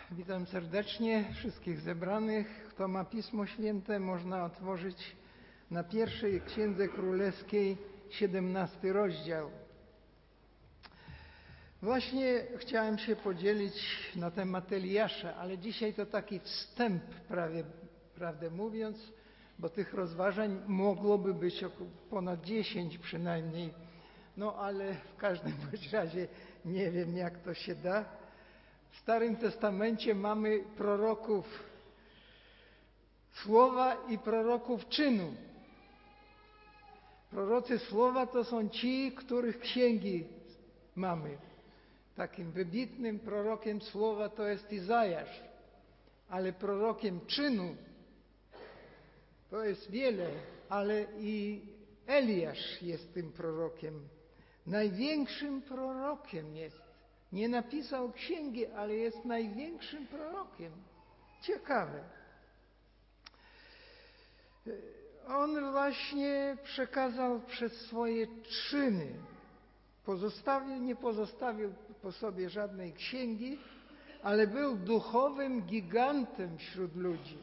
Witam serdecznie wszystkich zebranych. Kto ma Pismo Święte, można otworzyć na pierwszej Księdze Królewskiej, 17 rozdział. Właśnie chciałem się podzielić na temat Eliasza, ale dzisiaj to taki wstęp, prawdę mówiąc, bo tych rozważań mogłoby być ponad 10 przynajmniej. No ale w każdym bądź razie nie wiem, jak to się da. W Starym Testamencie mamy proroków słowa i proroków czynu. Prorocy słowa to są ci, których księgi mamy. Takim wybitnym prorokiem słowa to jest Izajasz, ale prorokiem czynu to jest wiele, ale i Eliasz jest tym prorokiem. Największym prorokiem jest. Nie napisał księgi, ale jest największym prorokiem. Ciekawe. On właśnie przekazał przez swoje czyny. Nie pozostawił po sobie żadnej księgi, ale był duchowym gigantem wśród ludzi.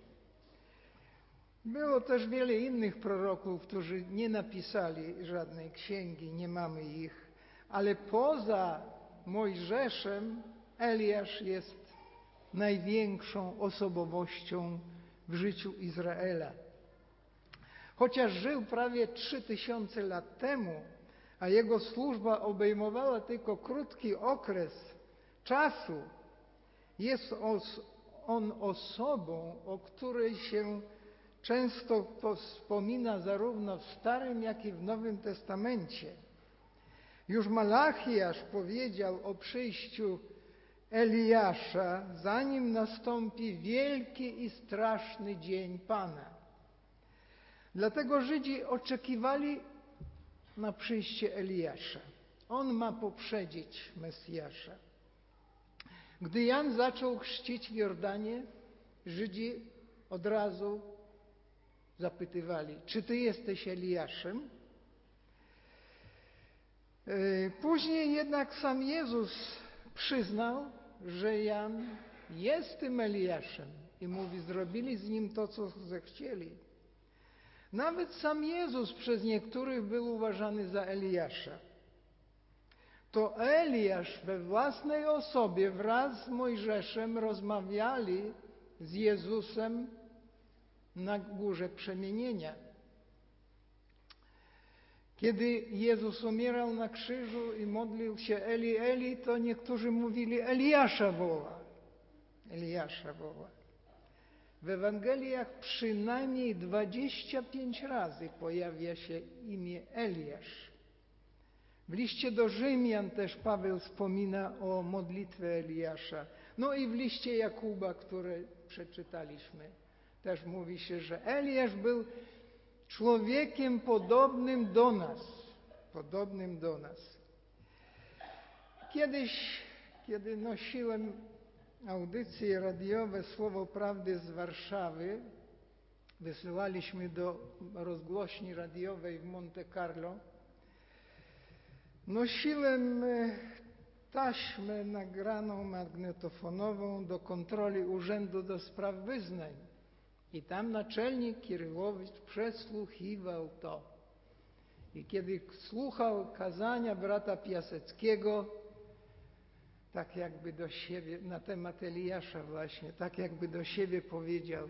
Było też wiele innych proroków, którzy nie napisali żadnej księgi, nie mamy ich, ale poza Mojżeszem Eliasz jest największą osobowością w życiu Izraela. Chociaż żył prawie 3000 lat temu, a jego służba obejmowała tylko krótki okres czasu, jest on osobą, o której się często wspomina zarówno w Starym, jak i w Nowym Testamencie. Już Malachiasz powiedział o przyjściu Eliasza, zanim nastąpi wielki i straszny dzień Pana. Dlatego Żydzi oczekiwali na przyjście Eliasza. On ma poprzedzić Mesjasza. Gdy Jan zaczął chrzcić w Jordanie, Żydzi od razu zapytywali, czy ty jesteś Eliaszem? Później jednak sam Jezus przyznał, że Jan jest tym Eliaszem i mówi, zrobili z nim to, co zechcieli. Nawet sam Jezus przez niektórych był uważany za Eliasza. To Eliasz we własnej osobie wraz z Mojżeszem rozmawiali z Jezusem na Górze Przemienienia. Kiedy Jezus umierał na krzyżu i modlił się Eli, Eli, to niektórzy mówili Eliasza woła. Eliasza woła. W Ewangeliach przynajmniej 25 razy pojawia się imię Eliasz. W liście do Rzymian też Paweł wspomina o modlitwie Eliasza. No i w liście Jakuba, który przeczytaliśmy, też mówi się, że Eliasz był człowiekiem podobnym do nas. Podobnym do nas. Kiedyś, kiedy nosiłem audycje radiowe Słowo Prawdy z Warszawy, wysyłaliśmy do rozgłośni radiowej w Monte Carlo, nosiłem taśmę nagraną magnetofonową do kontroli Urzędu do Spraw Wyznań. I tam naczelnik Kiryłowicz przesłuchiwał to. I kiedy słuchał kazania brata Piaseckiego, tak jakby do siebie, na temat Eliasza właśnie, tak jakby do siebie powiedział,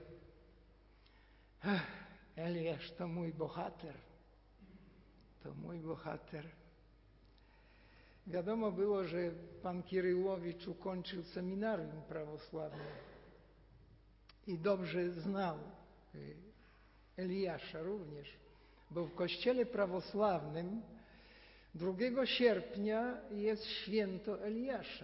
Eliasz to mój bohater. To mój bohater. Wiadomo było, że pan Kiryłowicz ukończył seminarium prawosławne i dobrze znał Eliasza również, bo w kościele prawosławnym 2 sierpnia jest święto Eliasza.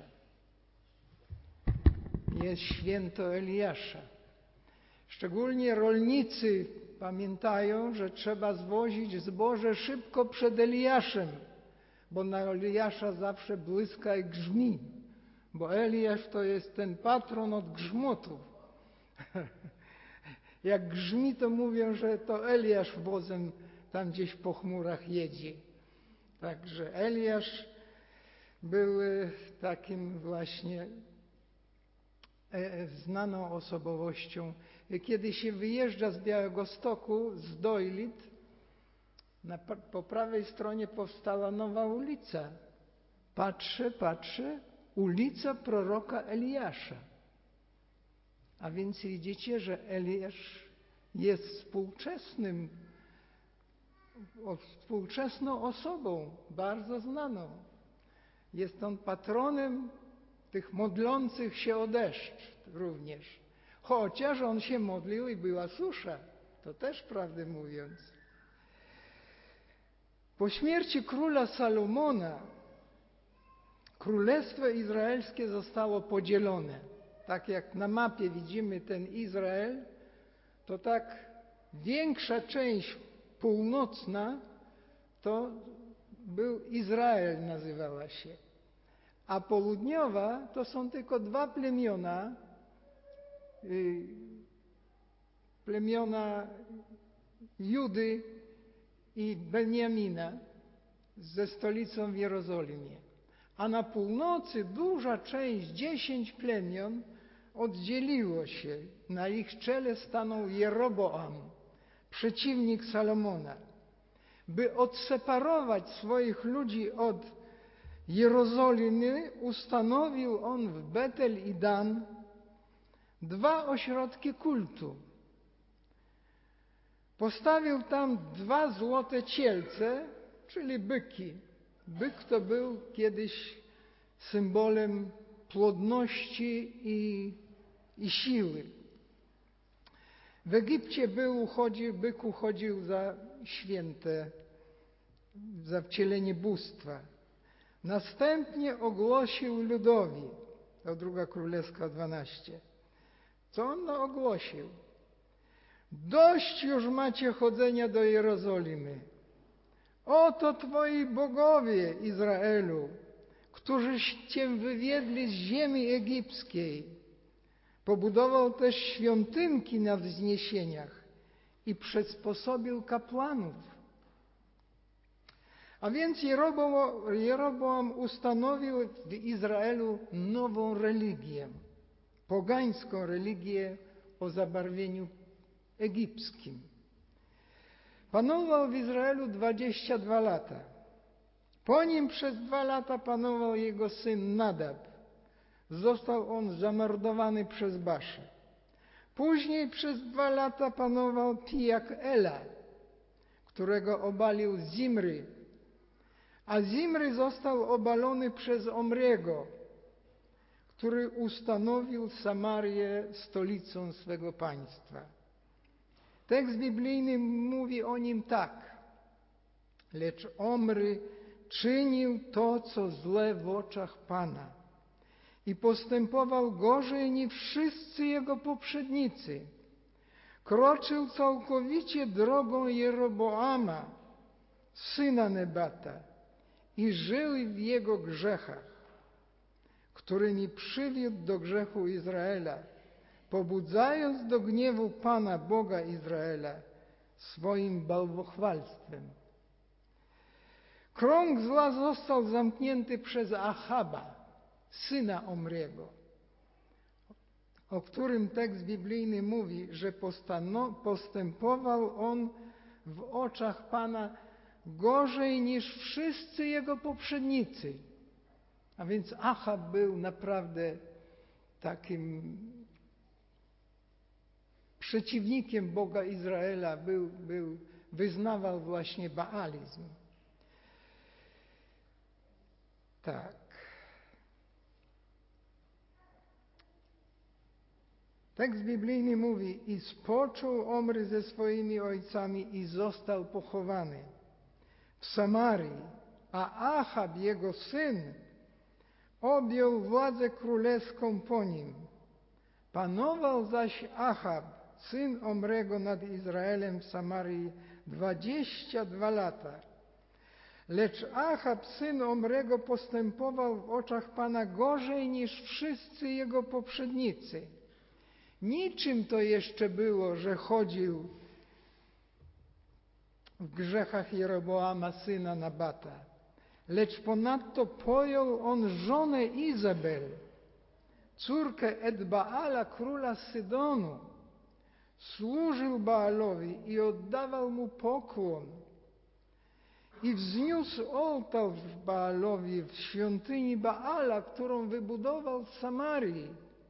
Jest święto Eliasza. Szczególnie rolnicy pamiętają, że trzeba zwozić zboże szybko przed Eliaszem, bo na Eliasza zawsze błyska i grzmi, bo Eliasz to jest ten patron od grzmotów. Jak grzmi, to mówią, że to Eliasz wozem tam gdzieś po chmurach jedzie. Także Eliasz był takim właśnie znaną osobowością. Kiedy się wyjeżdża z Białegostoku, z Doilit, po prawej stronie powstała nowa ulica. Patrzę, ulica proroka Eliasza. A więc widzicie, że Eliasz jest współczesną osobą, bardzo znaną. Jest on patronem tych modlących się o deszcz również. Chociaż on się modlił i była susza. To też prawdę mówiąc. Po śmierci króla Salomona Królestwo Izraelskie zostało podzielone. Tak jak na mapie widzimy ten Izrael, to tak większa część północna to był Izrael, nazywała się. A południowa to są tylko dwa plemiona, plemiona Judy i Benjamina ze stolicą w Jerozolimie. A na północy duża część, 10 plemion oddzieliło się. Na ich czele stanął Jeroboam, przeciwnik Salomona. By odseparować swoich ludzi od Jerozolimy, ustanowił on w Betel i Dan 2 ośrodki kultu. Postawił tam 2 złote cielce, czyli byki. Byk to był kiedyś symbolem płodności i siły. W Egipcie byk uchodził za święte, za wcielenie bóstwa. Następnie ogłosił ludowi, to 2 Królewska 12. Co on ogłosił? Dość już macie chodzenia do Jerozolimy. Oto twoi bogowie, Izraelu, którzy cię wywiedli z ziemi egipskiej. Pobudował też świątynki na wzniesieniach i przysposobił kapłanów. A więc Jeroboam ustanowił w Izraelu nową religię, pogańską religię o zabarwieniu egipskim. Panował w Izraelu 22 lata. Po nim przez 2 lata panował jego syn Nadab. Został on zamordowany przez Baszę. Później przez 2 lata panował pijak Ela, którego obalił Zimry. A Zimry został obalony przez Omriego, który ustanowił Samarię stolicą swego państwa. Tekst biblijny mówi o nim tak. Lecz Omry czynił to, co złe w oczach Pana i postępował gorzej niż wszyscy jego poprzednicy. Kroczył całkowicie drogą Jeroboama, syna Nebata, i żył w jego grzechach, którymi przywiódł do grzechu Izraela, pobudzając do gniewu Pana, Boga Izraela, swoim bałwochwalstwem. Krąg zła został zamknięty przez Achaba, syna Omriego, o którym tekst biblijny mówi, że postępował on w oczach Pana gorzej niż wszyscy jego poprzednicy. A więc Achab był naprawdę takim przeciwnikiem Boga Izraela, wyznawał właśnie baalizm. Tak. Tekst biblijny mówi: i spoczął Omry ze swoimi ojcami i został pochowany w Samarii, a Achab, jego syn, objął władzę królewską po nim. Panował zaś Achab, syn Omrego, nad Izraelem w Samarii 22 lata. Lecz Achab, syn Omrego, postępował w oczach Pana gorzej niż wszyscy jego poprzednicy. Niczym to jeszcze było, że chodził w grzechach Jeroboama, syna Nabata. Lecz ponadto pojął on żonę Izabel, córkę Edbaala, króla Sydonu, służył Baalowi i oddawał mu pokłon. I wzniósł ołtarz Baalowi w świątyni Baala, którą wybudował w Samarii.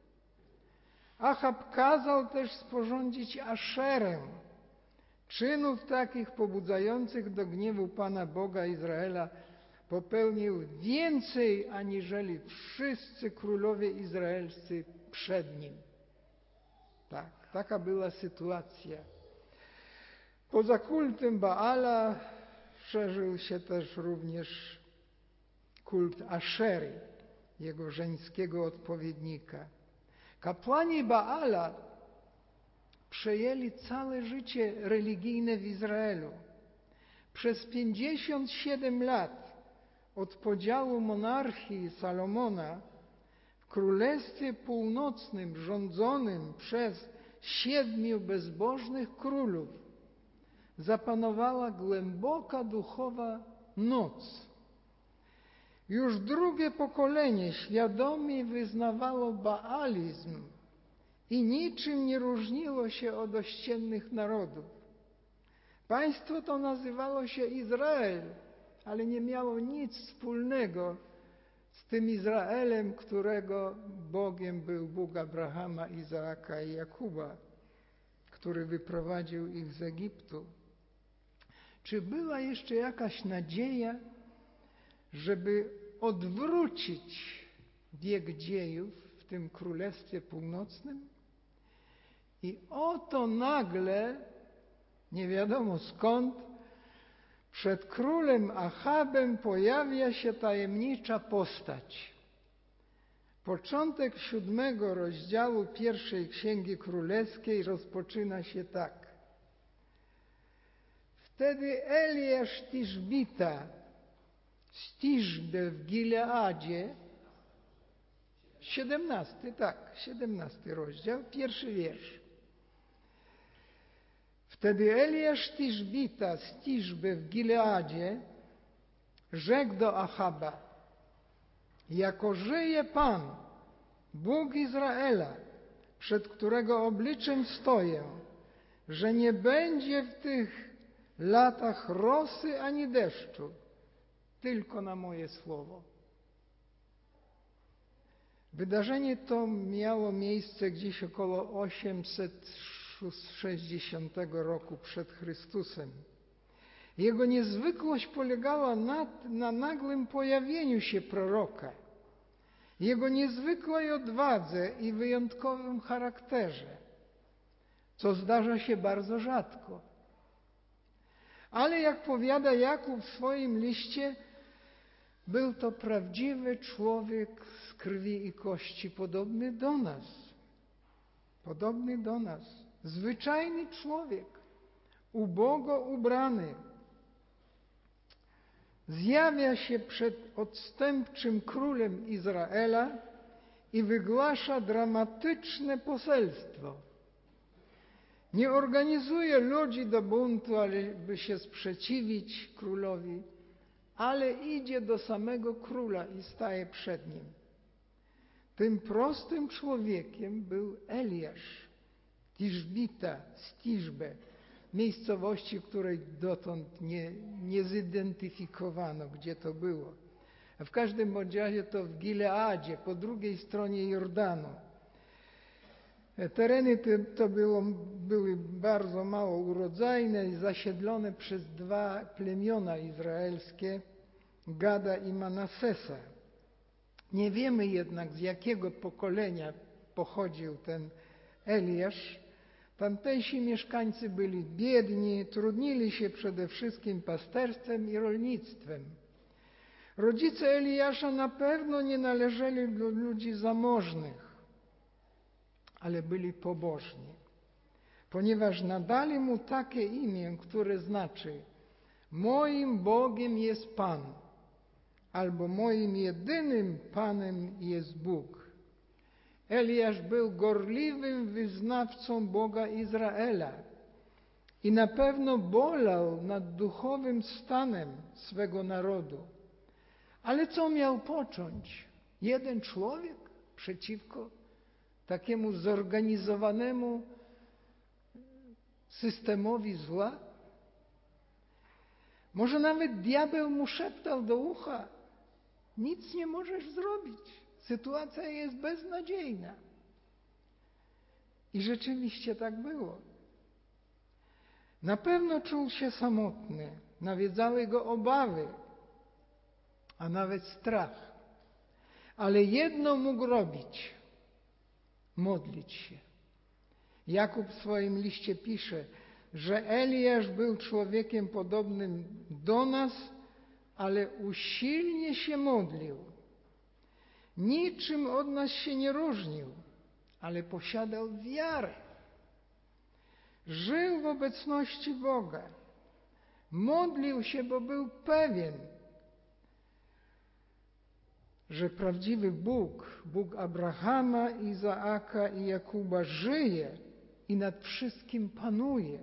Achab kazał też sporządzić Aszerę, czynów takich pobudzających do gniewu Pana Boga Izraela popełnił więcej aniżeli wszyscy królowie izraelscy przed nim. Tak, taka była sytuacja. Poza kultem Baala szerzył się też również kult Aszery, jego żeńskiego odpowiednika. Kapłani Baala przejęli całe życie religijne w Izraelu. Przez 57 lat od podziału monarchii Salomona w Królestwie Północnym rządzonym przez 7 bezbożnych królów zapanowała głęboka duchowa noc. Już drugie pokolenie świadomie wyznawało baalizm i niczym nie różniło się od ościennych narodów. Państwo to nazywało się Izrael, ale nie miało nic wspólnego z tym Izraelem, którego Bogiem był Bóg Abrahama, Izaaka i Jakuba, który wyprowadził ich z Egiptu. Czy była jeszcze jakaś nadzieja, żeby odwrócić bieg dziejów w tym Królestwie Północnym? I oto nagle, nie wiadomo skąd, przed królem Achabem pojawia się tajemnicza postać. Początek 7 rozdziału 1 Księgi Królewskiej rozpoczyna się tak. Wtedy Eliasz Tiszbita z Tiszby w Gileadzie, 17 rozdział, 1 wiersz. Wtedy Eliasz Tiszbita z Tiszby w Gileadzie rzekł do Achaba: jako żyje Pan, Bóg Izraela, przed którego obliczem stoję, że nie będzie w tych latach rosy ani deszczu, tylko na moje słowo. Wydarzenie to miało miejsce gdzieś około 860 roku przed Chrystusem. Jego niezwykłość polegała na nagłym pojawieniu się proroka, jego niezwykłej odwadze i wyjątkowym charakterze, co zdarza się bardzo rzadko. Ale jak powiada Jakub w swoim liście, był to prawdziwy człowiek z krwi i kości, podobny do nas, zwyczajny człowiek, ubogo ubrany. Zjawia się przed odstępczym królem Izraela i wygłasza dramatyczne poselstwo. Nie organizuje ludzi do buntu, by się sprzeciwić królowi, ale idzie do samego króla i staje przed nim. Tym prostym człowiekiem był Eliasz, Tiszbita z Tiszby, miejscowości, której dotąd nie zidentyfikowano, gdzie to było. A w każdym bądź razie to w Gileadzie, po drugiej stronie Jordanu. Tereny te były bardzo mało urodzajne i zasiedlone przez 2 plemiona izraelskie, Gada i Manassesa. Nie wiemy jednak, z jakiego pokolenia pochodził ten Eliasz. Tamtejsi mieszkańcy byli biedni, trudnili się przede wszystkim pasterstwem i rolnictwem. Rodzice Eliasza na pewno nie należeli do ludzi zamożnych, ale byli pobożni, ponieważ nadali mu takie imię, które znaczy: moim Bogiem jest Pan, albo moim jedynym Panem jest Bóg. Eliasz był gorliwym wyznawcą Boga Izraela i na pewno bolał nad duchowym stanem swego narodu. Ale co miał począć? Jeden człowiek przeciwko takiemu zorganizowanemu systemowi zła? Może nawet diabeł mu szeptał do ucha: nic nie możesz zrobić, sytuacja jest beznadziejna. I rzeczywiście tak było. Na pewno czuł się samotny, nawiedzały go obawy, a nawet strach. Ale jedno mógł robić: modlić się. Jakub w swoim liście pisze, że Eliasz był człowiekiem podobnym do nas, ale usilnie się modlił. Niczym od nas się nie różnił, ale posiadał wiarę. Żył w obecności Boga. Modlił się, bo był pewien, że prawdziwy Bóg, Bóg Abrahama, Izaaka i Jakuba, żyje i nad wszystkim panuje.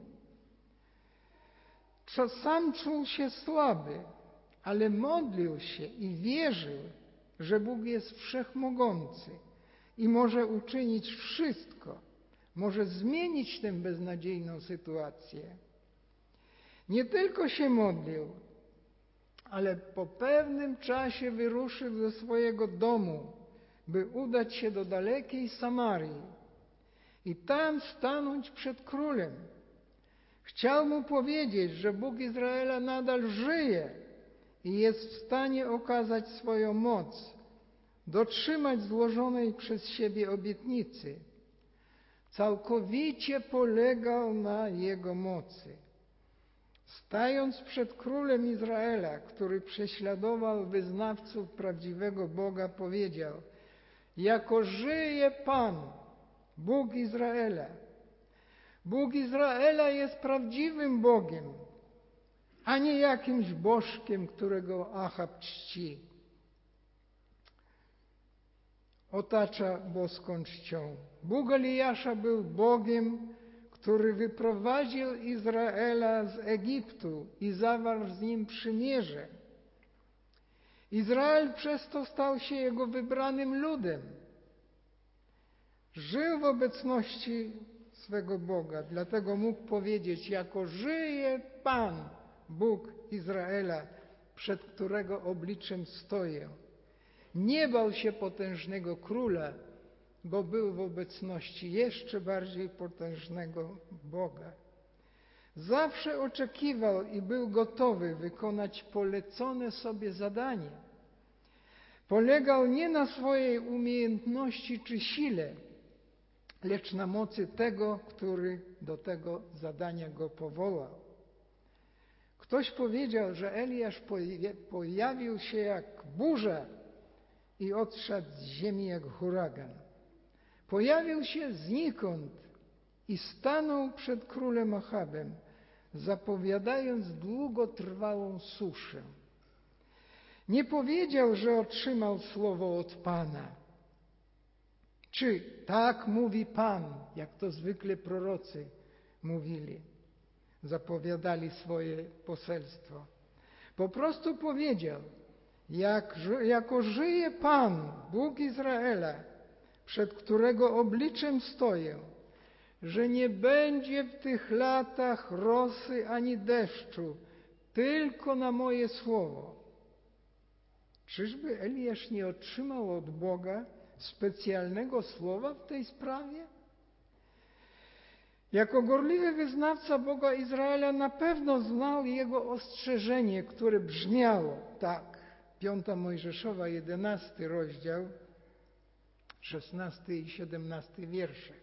Sam czuł się słaby, ale modlił się i wierzył, że Bóg jest wszechmogący i może uczynić wszystko, może zmienić tę beznadziejną sytuację. Nie tylko się modlił, ale po pewnym czasie wyruszył ze swojego domu, by udać się do dalekiej Samarii i tam stanąć przed królem. Chciał mu powiedzieć, że Bóg Izraela nadal żyje i jest w stanie okazać swoją moc, dotrzymać złożonej przez siebie obietnicy. Całkowicie polegał na jego mocy. Stając przed królem Izraela, który prześladował wyznawców prawdziwego Boga, powiedział: jako żyje Pan, Bóg Izraela. Bóg Izraela jest prawdziwym Bogiem, a nie jakimś bożkiem, którego Achab czci. Otacza boską czcią. Bóg Eliasza był Bogiem, który wyprowadził Izraela z Egiptu i zawarł z nim przymierze. Izrael przez to stał się jego wybranym ludem. Żył w obecności swego Boga, dlatego mógł powiedzieć: jako żyje Pan, Bóg Izraela, przed którego obliczem stoję. Nie bał się potężnego króla, bo był w obecności jeszcze bardziej potężnego Boga. Zawsze oczekiwał i był gotowy wykonać polecone sobie zadanie. Polegał nie na swojej umiejętności czy sile, lecz na mocy tego, który do tego zadania go powołał. Ktoś powiedział, że Eliasz pojawił się jak burza i odszedł z ziemi jak huragan. Pojawił się znikąd i stanął przed królem Achabem, zapowiadając długotrwałą suszę. Nie powiedział, że otrzymał słowo od Pana. Czy tak mówi Pan, jak to zwykle prorocy mówili, zapowiadali swoje poselstwo. Po prostu powiedział: jako żyje Pan, Bóg Izraela, przed którego obliczem stoję, że nie będzie w tych latach rosy ani deszczu, tylko na moje słowo. Czyżby Eliasz nie otrzymał od Boga specjalnego słowa w tej sprawie? Jako gorliwy wyznawca Boga Izraela na pewno znał jego ostrzeżenie, które brzmiało tak. 5 Mojżeszowa, 11 rozdział, 16 i 17 wiersze.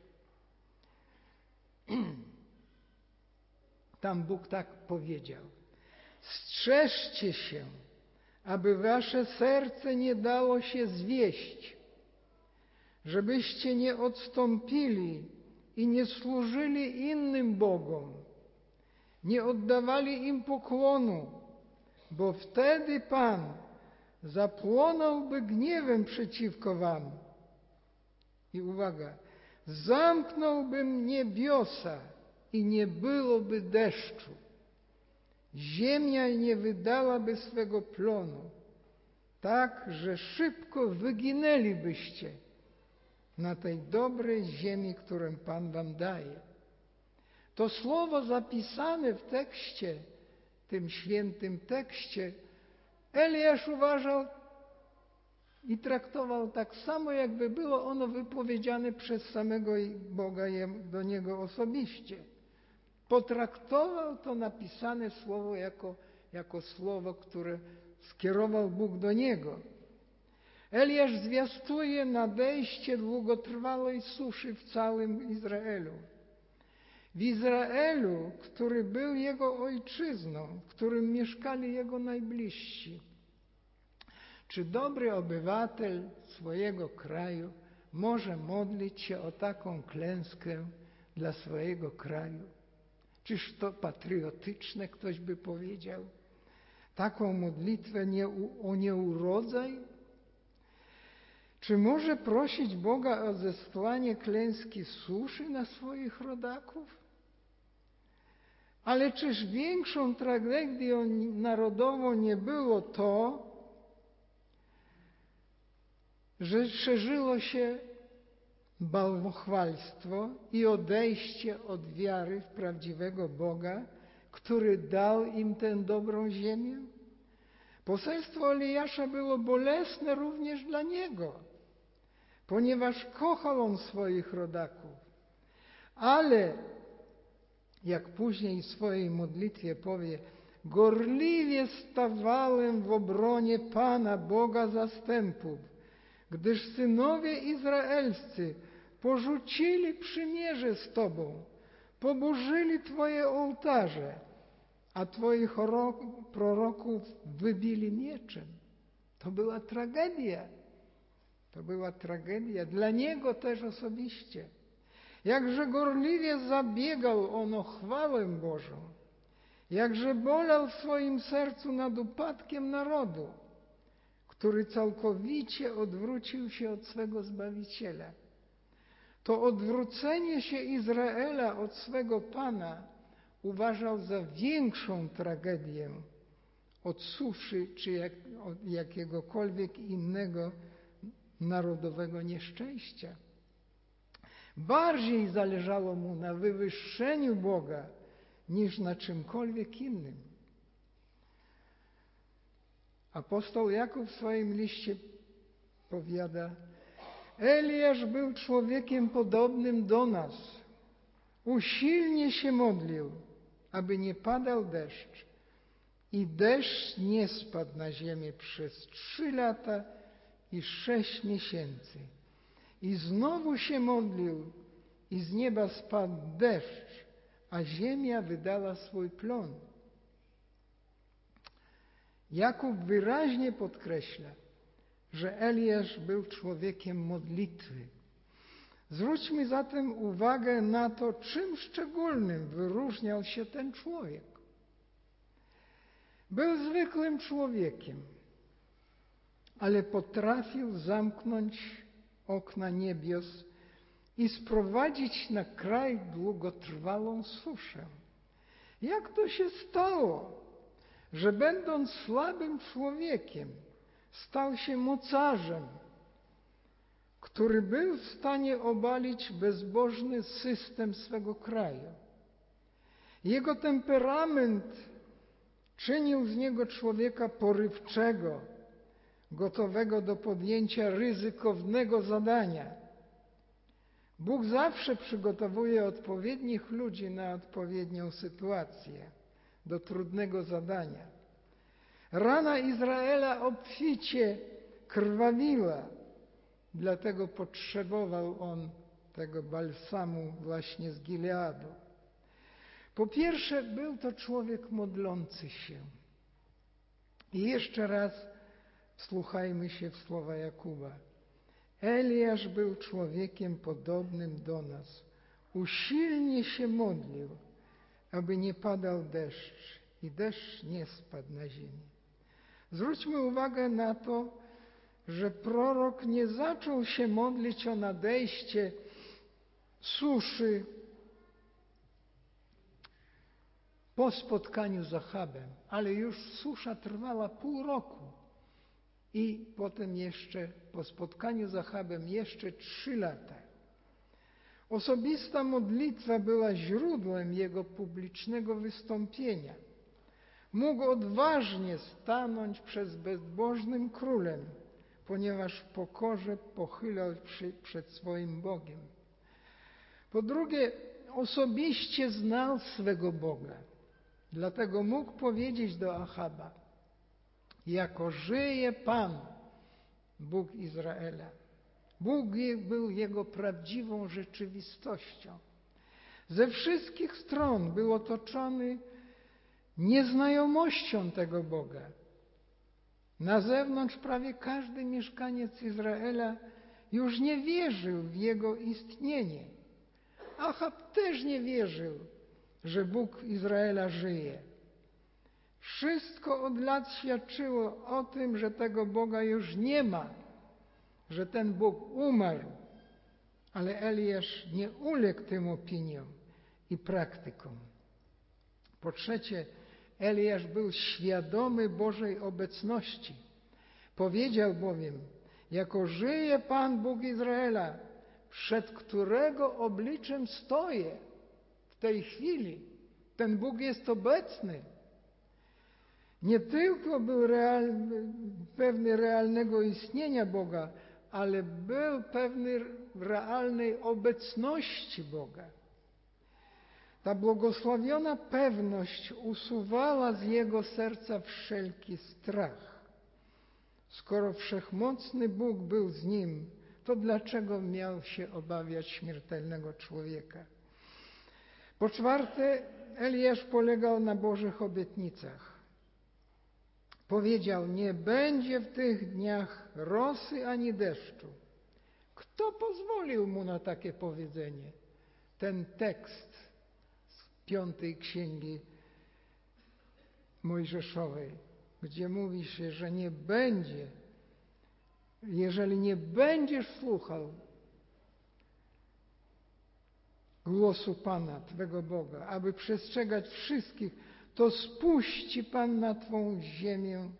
Tam Bóg tak powiedział: strzeżcie się, aby wasze serce nie dało się zwieść, żebyście nie odstąpili i nie służyli innym bogom, nie oddawali im pokłonu, bo wtedy Pan zapłonąłby gniewem przeciwko wam. I uwaga, zamknąłbym niebiosa i nie byłoby deszczu. Ziemia nie wydałaby swego plonu, tak, że szybko wyginęlibyście na tej dobrej ziemi, którą Pan wam daje. To słowo zapisane w tekście, tym świętym tekście, Eliasz uważał i traktował tak samo, jakby było ono wypowiedziane przez samego Boga do niego osobiście. Potraktował to napisane słowo jako słowo, które skierował Bóg do niego. Eliasz zwiastuje nadejście długotrwałej suszy w całym Izraelu. W Izraelu, który był jego ojczyzną, w którym mieszkali jego najbliżsi. Czy dobry obywatel swojego kraju może modlić się o taką klęskę dla swojego kraju? Czyż to patriotyczne, ktoś by powiedział? Taką modlitwę o nieurodzaj? Czy może prosić Boga o zesłanie klęski suszy na swoich rodaków? Ale czyż większą tragedią narodową nie było to, że szerzyło się bałwochwalstwo i odejście od wiary w prawdziwego Boga, który dał im tę dobrą ziemię? Poselstwo Eliasza było bolesne również dla niego, ponieważ kochał on swoich rodaków. Ale, jak później w swojej modlitwie powie, gorliwie stawałem w obronie Pana, Boga zastępów, gdyż synowie izraelscy porzucili przymierze z Tobą, poburzyli Twoje ołtarze, a Twoich proroków wybili mieczem. To była tragedia. To była tragedia dla niego też osobiście. Jakże gorliwie zabiegał on o chwałę Bożą. Jakże bolał w swoim sercu nad upadkiem narodu, który całkowicie odwrócił się od swego Zbawiciela. To odwrócenie się Izraela od swego Pana uważał za większą tragedię od suszy czy od jakiegokolwiek innego narodowego nieszczęścia. Bardziej zależało mu na wywyższeniu Boga niż na czymkolwiek innym. Apostoł Jakub w swoim liście powiada: Eliasz był człowiekiem podobnym do nas. Usilnie się modlił, aby nie padał deszcz. I deszcz nie spadł na ziemię przez 3 lata i 6 miesięcy. I znowu się modlił i z nieba spadł deszcz, a ziemia wydała swój plon. Jakub wyraźnie podkreśla, że Eliasz był człowiekiem modlitwy. Zwróćmy zatem uwagę na to, czym szczególnym wyróżniał się ten człowiek. Był zwykłym człowiekiem, ale potrafił zamknąć okna niebios i sprowadzić na kraj długotrwałą suszę. Jak to się stało, że będąc słabym człowiekiem, stał się mocarzem, który był w stanie obalić bezbożny system swego kraju? Jego temperament czynił z niego człowieka porywczego, gotowego do podjęcia ryzykownego zadania. Bóg zawsze przygotowuje odpowiednich ludzi na odpowiednią sytuację, do trudnego zadania. Rana Izraela obficie krwawiła, dlatego potrzebował on tego balsamu właśnie z Gileadu. Po pierwsze, był to człowiek modlący się. I jeszcze raz wsłuchajmy się w słowa Jakuba. Eliasz był człowiekiem podobnym do nas. Usilnie się modlił, aby nie padał deszcz i deszcz nie spadł na ziemię. Zwróćmy uwagę na to, że prorok nie zaczął się modlić o nadejście suszy po spotkaniu z Achabem, ale już susza trwała pół roku. i potem jeszcze po spotkaniu z Achabem jeszcze 3 lata. Osobista modlitwa była źródłem jego publicznego wystąpienia. Mógł odważnie stanąć przed bezbożnym królem, ponieważ w pokorze pochylał się przed swoim Bogiem. Po drugie, osobiście znał swego Boga. Dlatego mógł powiedzieć do Achaba: jako żyje Pan, Bóg Izraela. Bóg był jego prawdziwą rzeczywistością. Ze wszystkich stron był otoczony nieznajomością tego Boga. Na zewnątrz prawie każdy mieszkaniec Izraela już nie wierzył w jego istnienie. Achab też nie wierzył, że Bóg Izraela żyje. Wszystko od lat świadczyło o tym, że tego Boga już nie ma, że ten Bóg umarł. Ale Eliasz nie uległ tym opiniom i praktykom. Po trzecie, Eliasz był świadomy Bożej obecności. Powiedział bowiem: jako żyje Pan Bóg Izraela, przed którego obliczem stoję w tej chwili. Ten Bóg jest obecny. Nie tylko był pewny realnego istnienia Boga, ale był pewny realnej obecności Boga. Ta błogosławiona pewność usuwała z jego serca wszelki strach. Skoro wszechmocny Bóg był z nim, to dlaczego miał się obawiać śmiertelnego człowieka? Po czwarte, Eliasz polegał na Bożych obietnicach. Powiedział: nie będzie w tych dniach rosy ani deszczu. Kto pozwolił mu na takie powiedzenie? Ten tekst z 5 Księgi Mojżeszowej, gdzie mówi się, że nie będzie, jeżeli nie będziesz słuchał głosu Pana, Twego Boga, aby przestrzegać wszystkich, to spuści Pan na Twą ziemię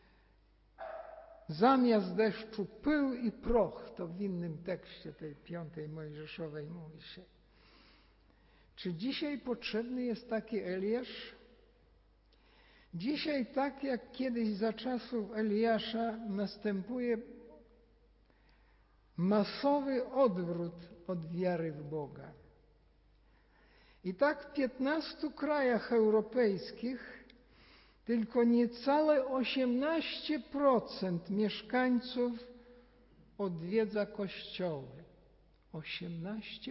zamiast deszczu pył i proch. To w innym tekście tej 5 Mojżeszowej mówi się. Czy dzisiaj potrzebny jest taki Eliasz? Dzisiaj, tak jak kiedyś za czasów Eliasza, następuje masowy odwrót od wiary w Boga. I tak w 15 krajach europejskich tylko niecałe 18% mieszkańców odwiedza kościoły. 18%.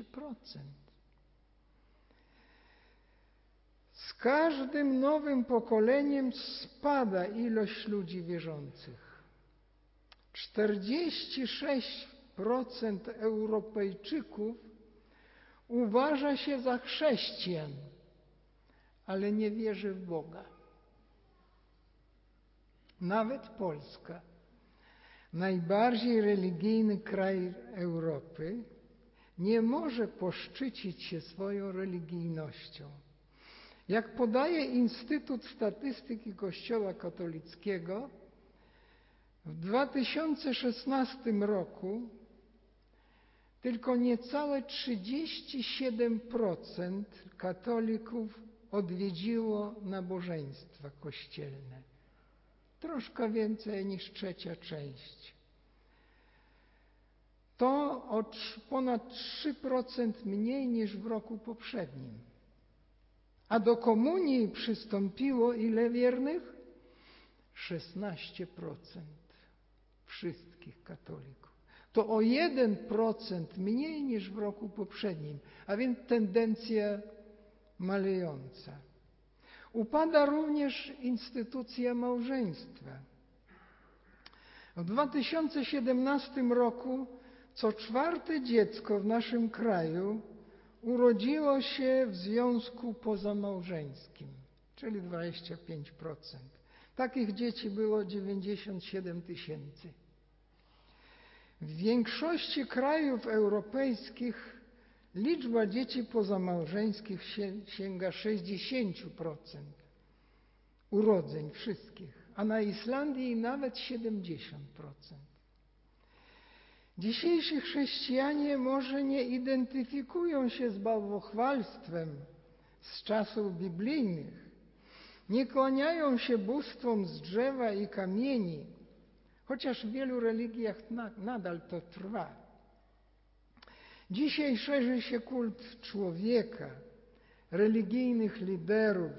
Z każdym nowym pokoleniem spada ilość ludzi wierzących. 46% Europejczyków uważa się za chrześcijan, ale nie wierzy w Boga. Nawet Polska, najbardziej religijny kraj Europy, nie może poszczycić się swoją religijnością. Jak podaje Instytut Statystyki Kościoła Katolickiego, w 2016 roku tylko niecałe 37% katolików odwiedziło nabożeństwa kościelne. Troszkę więcej niż 1/3 część. To o ponad 3% mniej niż w roku poprzednim. A do komunii przystąpiło ile wiernych? 16% wszystkich katolików. To o 1% mniej niż w roku poprzednim, a więc tendencja malejąca. Upada również instytucja małżeństwa. W 2017 roku co 4. dziecko w naszym kraju urodziło się w związku pozamałżeńskim, czyli 25%. Takich dzieci było 97 000. W większości krajów europejskich liczba dzieci pozamałżeńskich sięga 60% urodzeń wszystkich, a na Islandii nawet 70%. Dzisiejsi chrześcijanie może nie identyfikują się z bałwochwalstwem z czasów biblijnych, nie kłaniają się bóstwom z drzewa i kamieni, chociaż w wielu religiach nadal to trwa. Dzisiaj szerzy się kult człowieka, religijnych liderów,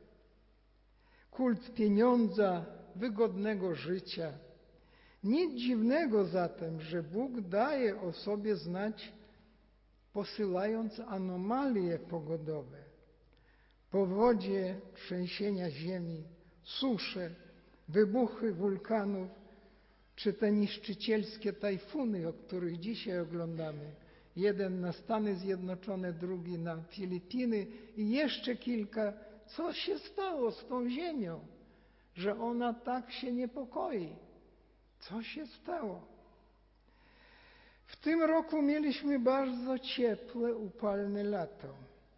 kult pieniądza, wygodnego życia. Nic dziwnego zatem, że Bóg daje o sobie znać, posyłając anomalie pogodowe, powodzie, trzęsienia ziemi, susze, wybuchy wulkanów, czy te niszczycielskie tajfuny, o których dzisiaj oglądamy. Jeden na Stany Zjednoczone, drugi na Filipiny i jeszcze kilka. Co się stało z tą ziemią, że ona tak się niepokoi? Co się stało? W tym roku mieliśmy bardzo ciepłe, upalne lato.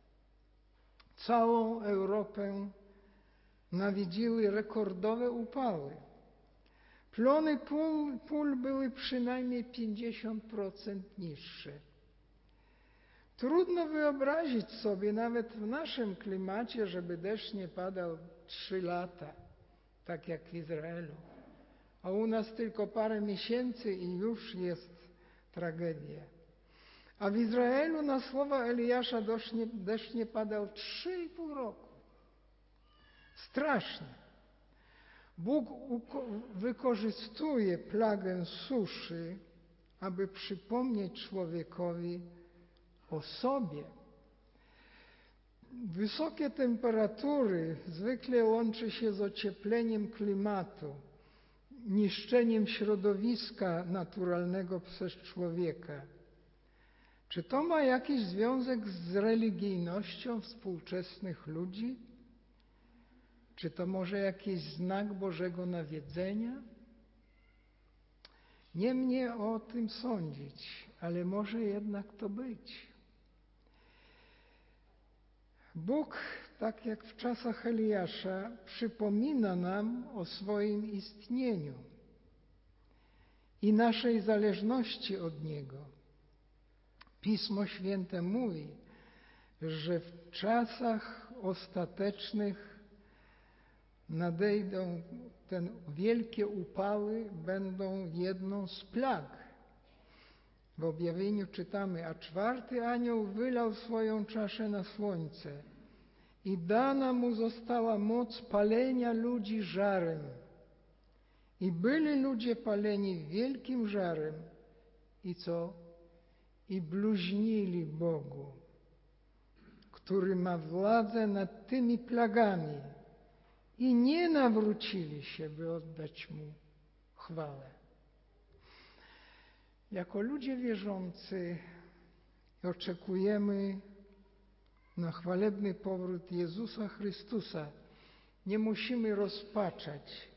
Całą Europę nawiedziły rekordowe upały. Plony pól były przynajmniej 50% niższe. Trudno wyobrazić sobie nawet w naszym klimacie, żeby deszcz nie padał 3 lata, tak jak w Izraelu. A u nas tylko parę miesięcy i już jest tragedia. A w Izraelu na słowa Eliasza deszcz nie padał 3,5 roku. Strasznie. Bóg wykorzystuje plagę suszy, aby przypomnieć człowiekowi o sobie. Wysokie temperatury zwykle łączy się z ociepleniem klimatu, niszczeniem środowiska naturalnego przez człowieka. Czy to ma jakiś związek z religijnością współczesnych ludzi? Czy to może jakiś znak Bożego nawiedzenia? Nie mnie o tym sądzić, ale może jednak to być. Bóg, tak jak w czasach Eliasza, przypomina nam o swoim istnieniu i naszej zależności od Niego. Pismo Święte mówi, że w czasach ostatecznych nadejdą te wielkie upały, będą jedną z plag. W objawieniu czytamy, a 4. anioł wylał swoją czaszę na słońce i dana mu została moc palenia ludzi żarem. I byli ludzie paleni wielkim żarem i co? I bluźnili Bogu, który ma władzę nad tymi plagami i nie nawrócili się, by oddać Mu chwałę. Jako ludzie wierzący oczekujemy na chwalebny powrót Jezusa Chrystusa. Nie musimy rozpaczać.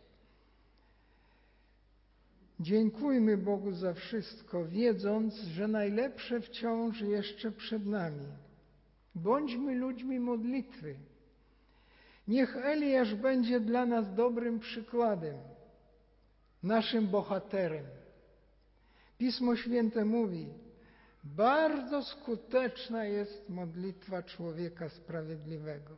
Dziękujmy Bogu za wszystko, wiedząc, że najlepsze wciąż jeszcze przed nami. Bądźmy ludźmi modlitwy. Niech Eliasz będzie dla nas dobrym przykładem, naszym bohaterem. Pismo Święte mówi, bardzo skuteczna jest modlitwa człowieka sprawiedliwego.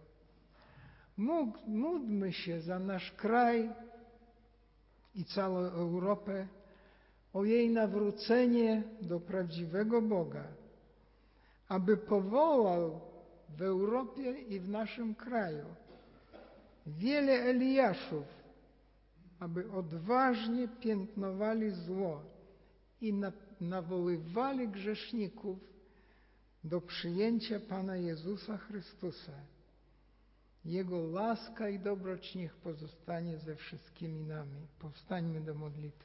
Módlmy się za nasz kraj i całą Europę o jej nawrócenie do prawdziwego Boga, aby powołał w Europie i w naszym kraju wiele Eliaszów, aby odważnie piętnowali zło i nawoływali grzeszników do przyjęcia Pana Jezusa Chrystusa. Jego łaska i dobroć niech pozostanie ze wszystkimi nami. Powstańmy do modlitwy.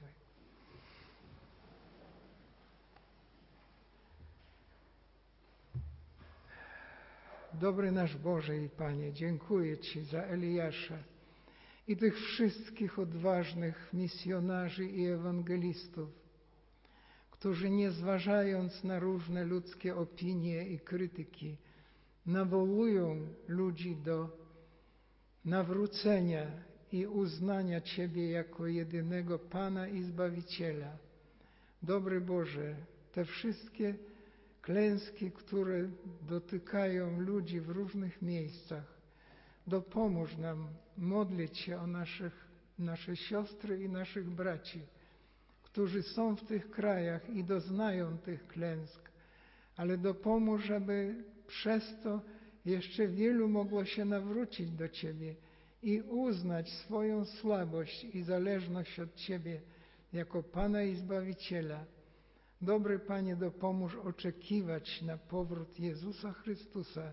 Dobry nasz Boże i Panie, dziękuję Ci za Eliasza i tych wszystkich odważnych misjonarzy i ewangelistów, którzy nie zważając na różne ludzkie opinie i krytyki, nawołują ludzi do nawrócenia i uznania Ciebie jako jedynego Pana i Zbawiciela. Dobry Boże, te wszystkie klęski, które dotykają ludzi w różnych miejscach, dopomóż nam modlić się o nasze siostry i naszych braci, którzy są w tych krajach i doznają tych klęsk, ale dopomóż, aby przez to jeszcze wielu mogło się nawrócić do Ciebie i uznać swoją słabość i zależność od Ciebie jako Pana i Zbawiciela. Dobry Panie, dopomóż oczekiwać na powrót Jezusa Chrystusa,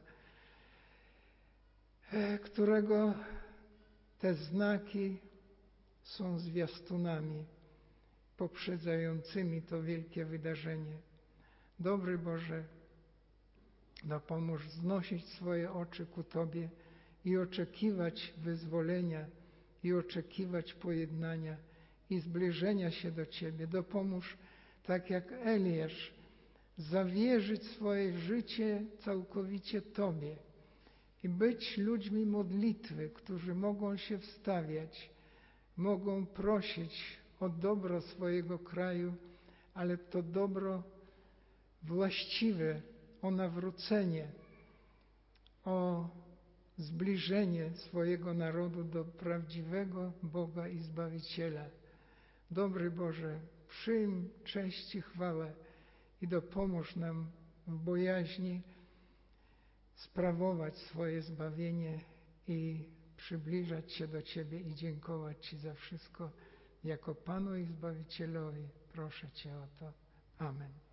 którego te znaki są zwiastunami poprzedzającymi to wielkie wydarzenie. Dobry Boże, dopomóż znosić swoje oczy ku Tobie i oczekiwać wyzwolenia, i oczekiwać pojednania i zbliżenia się do Ciebie. Dopomóż, tak jak Eliasz, zawierzyć swoje życie całkowicie Tobie i być ludźmi modlitwy, którzy mogą się wstawiać, mogą prosić o dobro swojego kraju, ale to dobro właściwe, o nawrócenie, o zbliżenie swojego narodu do prawdziwego Boga i Zbawiciela. Dobry Boże, przyjm cześć i chwałę i dopomóż nam w bojaźni sprawować swoje zbawienie i przybliżać się do Ciebie i dziękować Ci za wszystko jako Panu i Zbawicielowi. Proszę Cię o to. Amen.